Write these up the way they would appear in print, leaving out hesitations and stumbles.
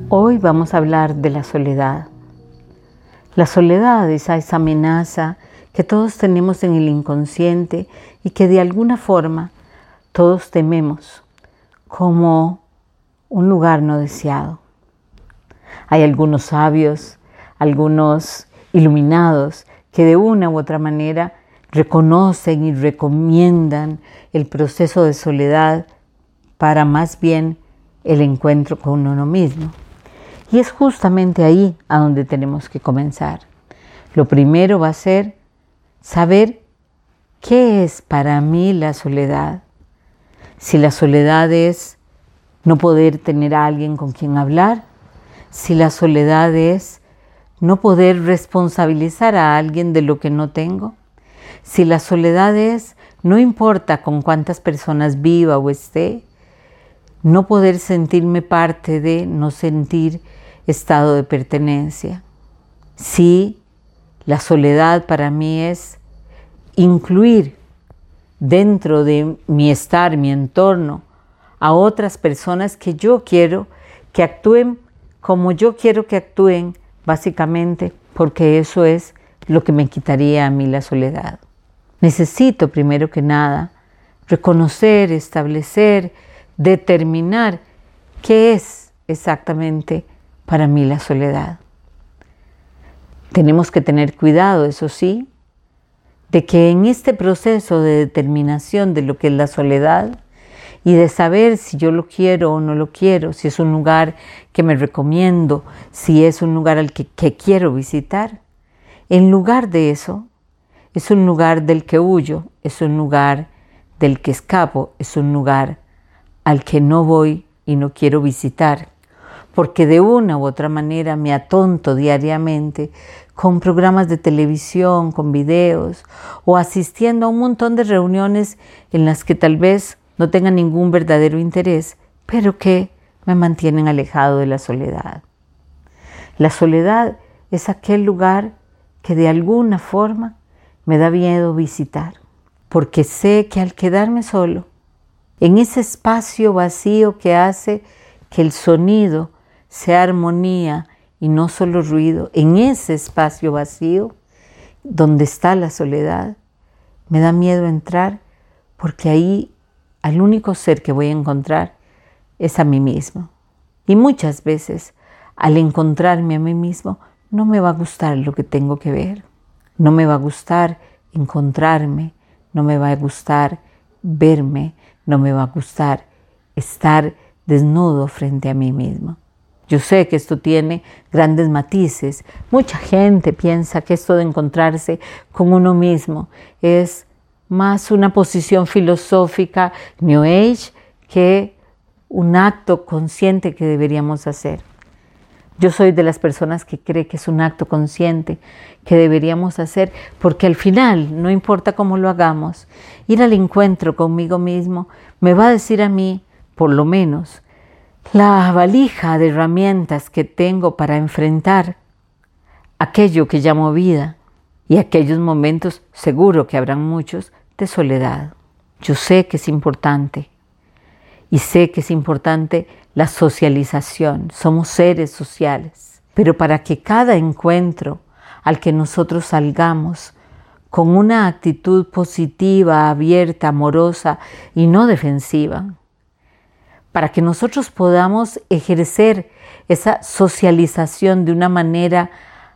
Hoy vamos a hablar de la soledad. La soledad es esa amenaza que todos tenemos en el inconsciente y que de alguna forma todos tememos como un lugar no deseado. Hay algunos sabios, algunos iluminados que de una u otra manera reconocen y recomiendan el proceso de soledad para más bien el encuentro con uno mismo. Y es justamente ahí a donde tenemos que comenzar. Lo primero va a ser saber qué es para mí la soledad. Si la soledad es no poder tener a alguien con quien hablar, si la soledad es no poder responsabilizar a alguien de lo que no tengo, si la soledad es no importa con cuántas personas viva o esté, no poder sentirme parte de, no sentir estado de pertenencia. Sí, la soledad para mí es incluir dentro de mi estar, mi entorno, a otras personas que yo quiero que actúen como yo quiero que actúen, básicamente porque eso es lo que me quitaría a mí la soledad. Necesito primero que nada reconocer, establecer, determinar qué es exactamente para mí la soledad. Tenemos que tener cuidado, eso sí, de que en este proceso de determinación de lo que es la soledad y de saber si yo lo quiero o no lo quiero, si es un lugar que me recomiendo, si es un lugar al que quiero visitar, en lugar de eso, es un lugar del que huyo, es un lugar del que escapo, es un lugar al que no voy y no quiero visitar, porque de una u otra manera me atonto diariamente con programas de televisión, con videos o asistiendo a un montón de reuniones en las que tal vez no tenga ningún verdadero interés, pero que me mantienen alejado de la soledad. La soledad es aquel lugar que de alguna forma me da miedo visitar, porque sé que al quedarme solo, en ese espacio vacío que hace que el sonido sea armonía y no solo ruido, en ese espacio vacío donde está la soledad, me da miedo entrar porque ahí al único ser que voy a encontrar es a mí mismo. Y muchas veces al encontrarme a mí mismo no me va a gustar lo que tengo que ver, no me va a gustar encontrarme, no me va a gustar verme, no me va a gustar estar desnudo frente a mí mismo. Yo sé que esto tiene grandes matices. Mucha gente piensa que esto de encontrarse con uno mismo es más una posición filosófica New Age que un acto consciente que deberíamos hacer. Yo soy de las personas que cree que es un acto consciente que deberíamos hacer porque al final, no importa cómo lo hagamos, ir al encuentro conmigo mismo me va a decir a mí, por lo menos, la valija de herramientas que tengo para enfrentar aquello que llamo vida y aquellos momentos, seguro que habrán muchos, de soledad. Yo sé que es importante y sé que es importante la socialización. Somos seres sociales, pero para que cada encuentro al que nosotros salgamos con una actitud positiva, abierta, amorosa y no defensiva, para que nosotros podamos ejercer esa socialización de una manera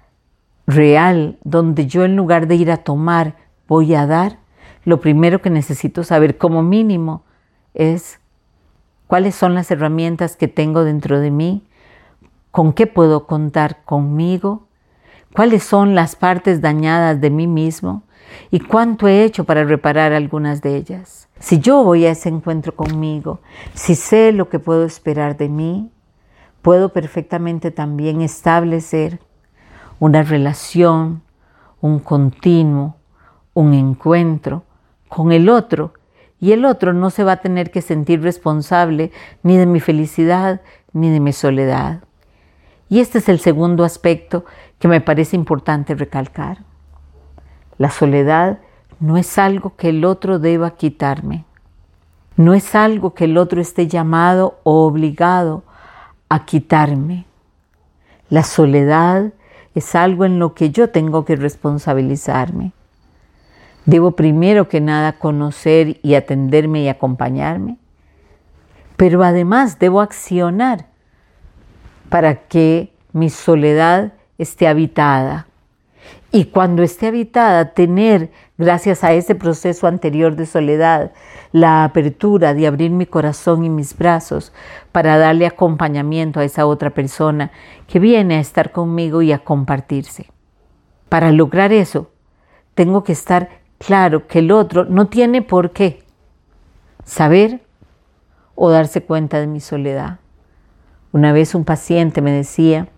real, donde yo en lugar de ir a tomar, voy a dar, lo primero que necesito saber como mínimo es cuáles son las herramientas que tengo dentro de mí, con qué puedo contar conmigo, cuáles son las partes dañadas de mí mismo y cuánto he hecho para reparar algunas de ellas. Si yo voy a ese encuentro conmigo, si sé lo que puedo esperar de mí, puedo perfectamente también establecer una relación, un continuo, un encuentro con el otro. Y el otro no se va a tener que sentir responsable ni de mi felicidad ni de mi soledad. Y este es el segundo aspecto que me parece importante recalcar. La soledad no es algo que el otro deba quitarme. No es algo que el otro esté llamado o obligado a quitarme. La soledad es algo en lo que yo tengo que responsabilizarme. Debo primero que nada conocer y atenderme y acompañarme, pero además debo accionar para que mi soledad esté habitada. Y cuando esté habitada, tener, gracias a ese proceso anterior de soledad, la apertura de abrir mi corazón y mis brazos para darle acompañamiento a esa otra persona que viene a estar conmigo y a compartirse. Para lograr eso, tengo que estar claro que el otro no tiene por qué saber o darse cuenta de mi soledad. Una vez una paciente me decía,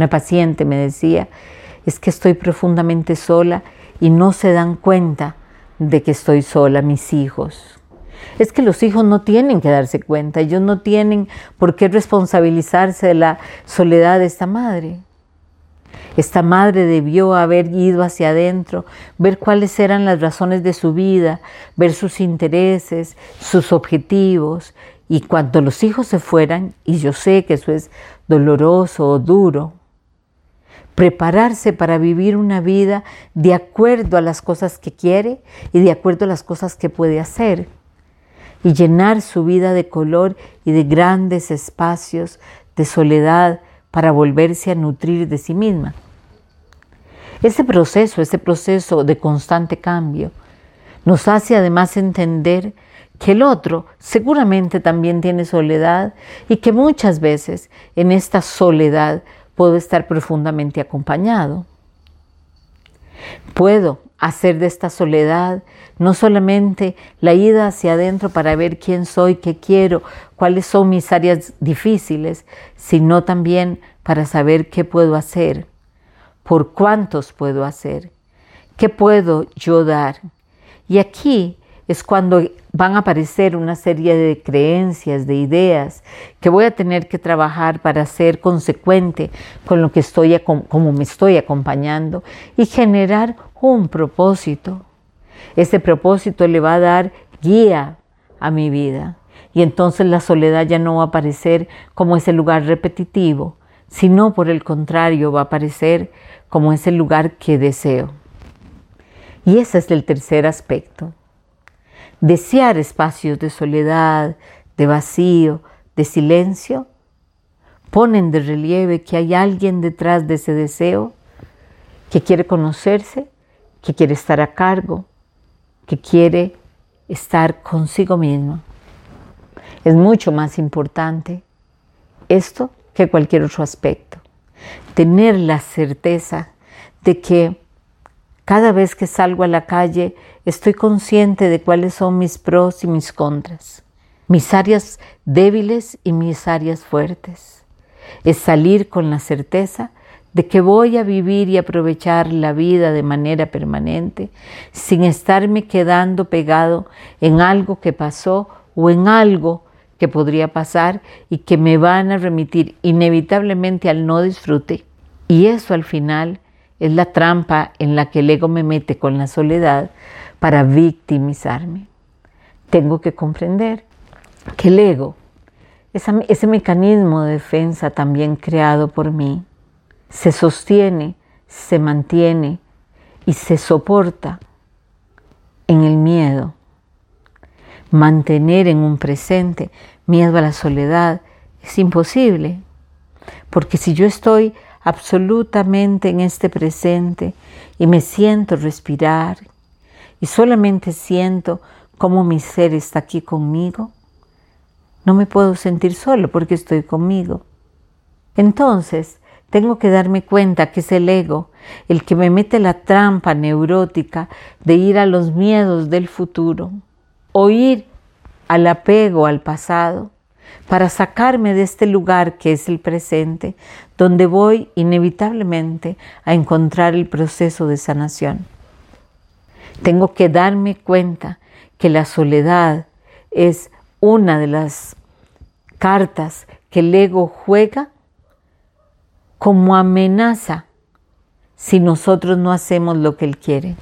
es que estoy profundamente sola y no se dan cuenta de que estoy sola, mis hijos. Es que los hijos no tienen que darse cuenta, ellos no tienen por qué responsabilizarse de la soledad de esta madre. Esta madre debió haber ido hacia adentro, ver cuáles eran las razones de su vida, ver sus intereses, sus objetivos. Y cuando los hijos se fueran, y yo sé que eso es doloroso o duro, prepararse para vivir una vida de acuerdo a las cosas que quiere y de acuerdo a las cosas que puede hacer. Y llenar su vida de color y de grandes espacios de soledad para volverse a nutrir de sí misma. Ese proceso de constante cambio nos hace además entender que el otro seguramente también tiene soledad y que muchas veces en esta soledad puedo estar profundamente acompañado. Puedo hacer de esta soledad no solamente la ida hacia adentro para ver quién soy, qué quiero, cuáles son mis áreas difíciles, sino también para saber qué puedo hacer, por cuántos puedo hacer, qué puedo yo dar. Y aquí es cuando van a aparecer una serie de creencias, de ideas que voy a tener que trabajar para ser consecuente con lo que como me estoy acompañando y generar un propósito. Ese propósito le va a dar guía a mi vida y entonces la soledad ya no va a aparecer como ese lugar repetitivo, sino por el contrario va a aparecer como ese lugar que deseo. Y ese es el tercer aspecto. Desear espacios de soledad, de vacío, de silencio, ponen de relieve que hay alguien detrás de ese deseo que quiere conocerse, que quiere estar a cargo, que quiere estar consigo mismo. Es mucho más importante esto que cualquier otro aspecto. Tener la certeza de que cada vez que salgo a la calle estoy consciente de cuáles son mis pros y mis contras, mis áreas débiles y mis áreas fuertes. Es salir con la certeza de que voy a vivir y aprovechar la vida de manera permanente sin estarme quedando pegado en algo que pasó o en algo que podría pasar y que me van a remitir inevitablemente al no disfrute. Y eso al final es la trampa en la que el ego me mete con la soledad para victimizarme. Tengo que comprender que el ego, ese mecanismo de defensa también creado por mí, se sostiene, se mantiene y se soporta en el miedo. Mantener en un presente miedo a la soledad es imposible, porque si yo estoy absolutamente en este presente y me siento respirar y solamente siento cómo mi ser está aquí conmigo, no me puedo sentir solo porque estoy conmigo. Entonces, tengo que darme cuenta que es el ego el que me mete la trampa neurótica de ir a los miedos del futuro o ir al apego al pasado para sacarme de este lugar que es el presente, donde voy inevitablemente a encontrar el proceso de sanación. Tengo que darme cuenta que la soledad es una de las cartas que el ego juega como amenaza si nosotros no hacemos lo que él quiere.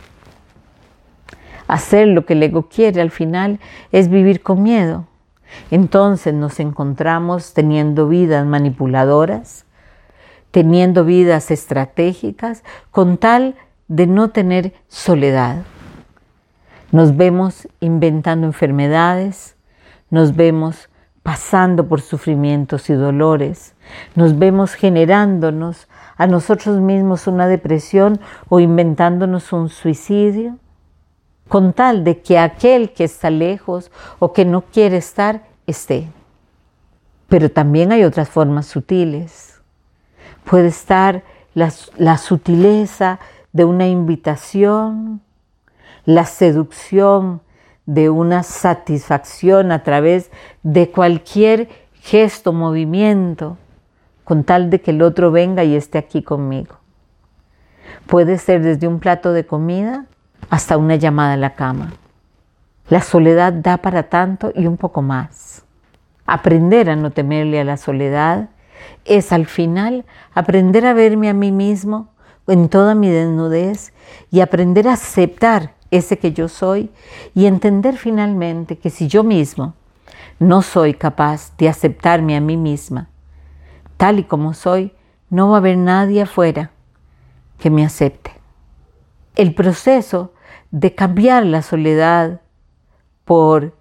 Hacer lo que el ego quiere al final es vivir con miedo. Entonces nos encontramos teniendo vidas manipuladoras, teniendo vidas estratégicas con tal de no tener soledad. Nos vemos inventando enfermedades, nos vemos pasando por sufrimientos y dolores, nos vemos generándonos a nosotros mismos una depresión o inventándonos un suicidio, con tal de que aquel que está lejos o que no quiere estar, esté. Pero también hay otras formas sutiles. Puede estar la sutileza de una invitación, la seducción de una satisfacción a través de cualquier gesto, movimiento, con tal de que el otro venga y esté aquí conmigo. Puede ser desde un plato de comida hasta una llamada a la cama. La soledad da para tanto y un poco más. Aprender a no temerle a la soledad es al final aprender a verme a mí mismo en toda mi desnudez y aprender a aceptar ese que yo soy y entender finalmente que si yo mismo no soy capaz de aceptarme a mí misma, tal y como soy, no va a haber nadie afuera que me acepte. El proceso de cambiar la soledad por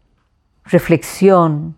reflexión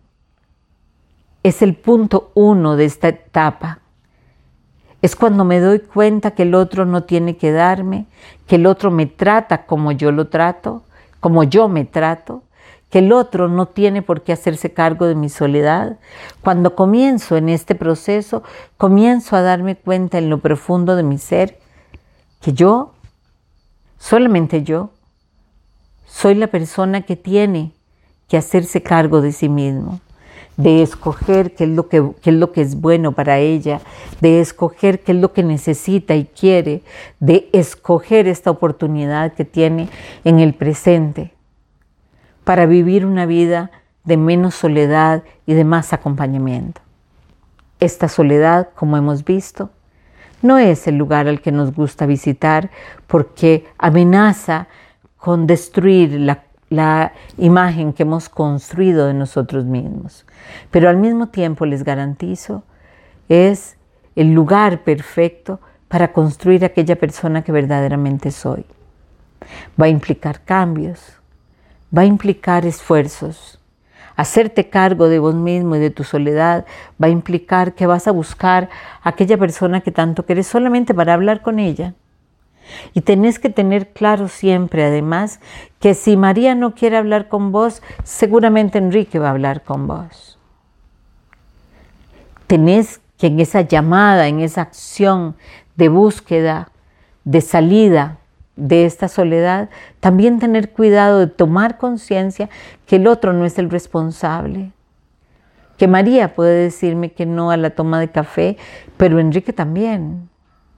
es el punto 1 de esta etapa. Es cuando me doy cuenta que el otro no tiene que darme, que el otro me trata como yo lo trato, como yo me trato, que el otro no tiene por qué hacerse cargo de mi soledad. Cuando comienzo en este proceso, comienzo a darme cuenta en lo profundo de mi ser que yo, solamente yo, soy la persona que tiene que hacerse cargo de sí mismo, de escoger qué es lo que es bueno para ella, de escoger qué es lo que necesita y quiere, de escoger esta oportunidad que tiene en el presente para vivir una vida de menos soledad y de más acompañamiento. Esta soledad, como hemos visto, no es el lugar al que nos gusta visitar porque amenaza con destruir la imagen que hemos construido de nosotros mismos. Pero al mismo tiempo les garantizo, es el lugar perfecto para construir aquella persona que verdaderamente soy. Va a implicar cambios, va a implicar esfuerzos. Hacerte cargo de vos mismo y de tu soledad va a implicar que vas a buscar a aquella persona que tanto querés solamente para hablar con ella. Y tenés que tener claro siempre, además, que si María no quiere hablar con vos, seguramente Enrique va a hablar con vos. Tenés que en esa llamada, en esa acción de búsqueda, de salida de esta soledad, también tener cuidado de tomar conciencia que el otro no es el responsable. Que María puede decirme que no a la toma de café, pero Enrique también.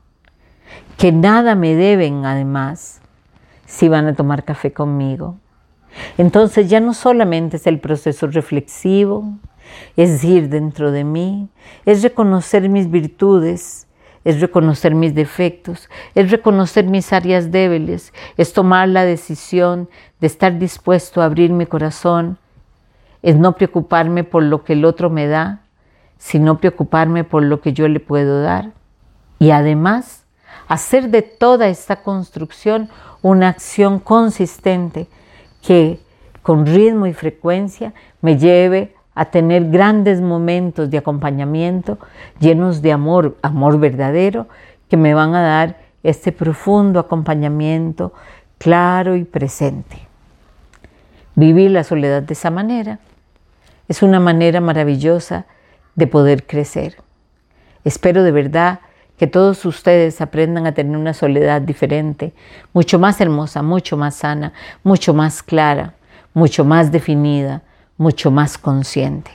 Que nada me deben, además, si van a tomar café conmigo. Entonces ya no solamente es el proceso reflexivo, es ir dentro de mí, es reconocer mis virtudes, es reconocer mis defectos, es reconocer mis áreas débiles, es tomar la decisión de estar dispuesto a abrir mi corazón, es no preocuparme por lo que el otro me da, sino preocuparme por lo que yo le puedo dar. Y además, hacer de toda esta construcción una acción consistente que con ritmo y frecuencia me lleve a tener grandes momentos de acompañamiento llenos de amor, amor verdadero, que me van a dar este profundo acompañamiento claro y presente. Vivir la soledad de esa manera es una manera maravillosa de poder crecer. Espero de verdad que todos ustedes aprendan a tener una soledad diferente, mucho más hermosa, mucho más sana, mucho más clara, mucho más definida, mucho más consciente.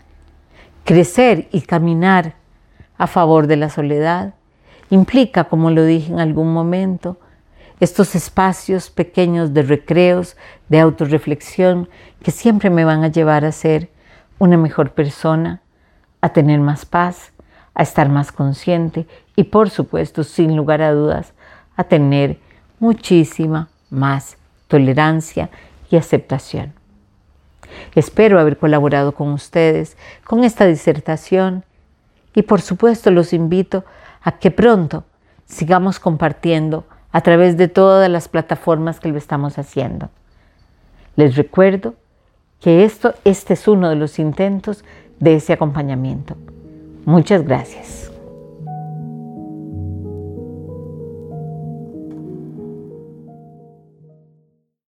Crecer y caminar a favor de la soledad implica, como lo dije en algún momento, estos espacios pequeños de recreos, de autorreflexión, que siempre me van a llevar a ser una mejor persona, a tener más paz, a estar más consciente y, por supuesto, sin lugar a dudas, a tener muchísima más tolerancia y aceptación. Espero haber colaborado con ustedes con esta disertación Y por supuesto los invito a que pronto sigamos compartiendo a través de todas las plataformas que lo estamos haciendo. Les recuerdo que este es uno de los intentos de ese acompañamiento. Muchas gracias.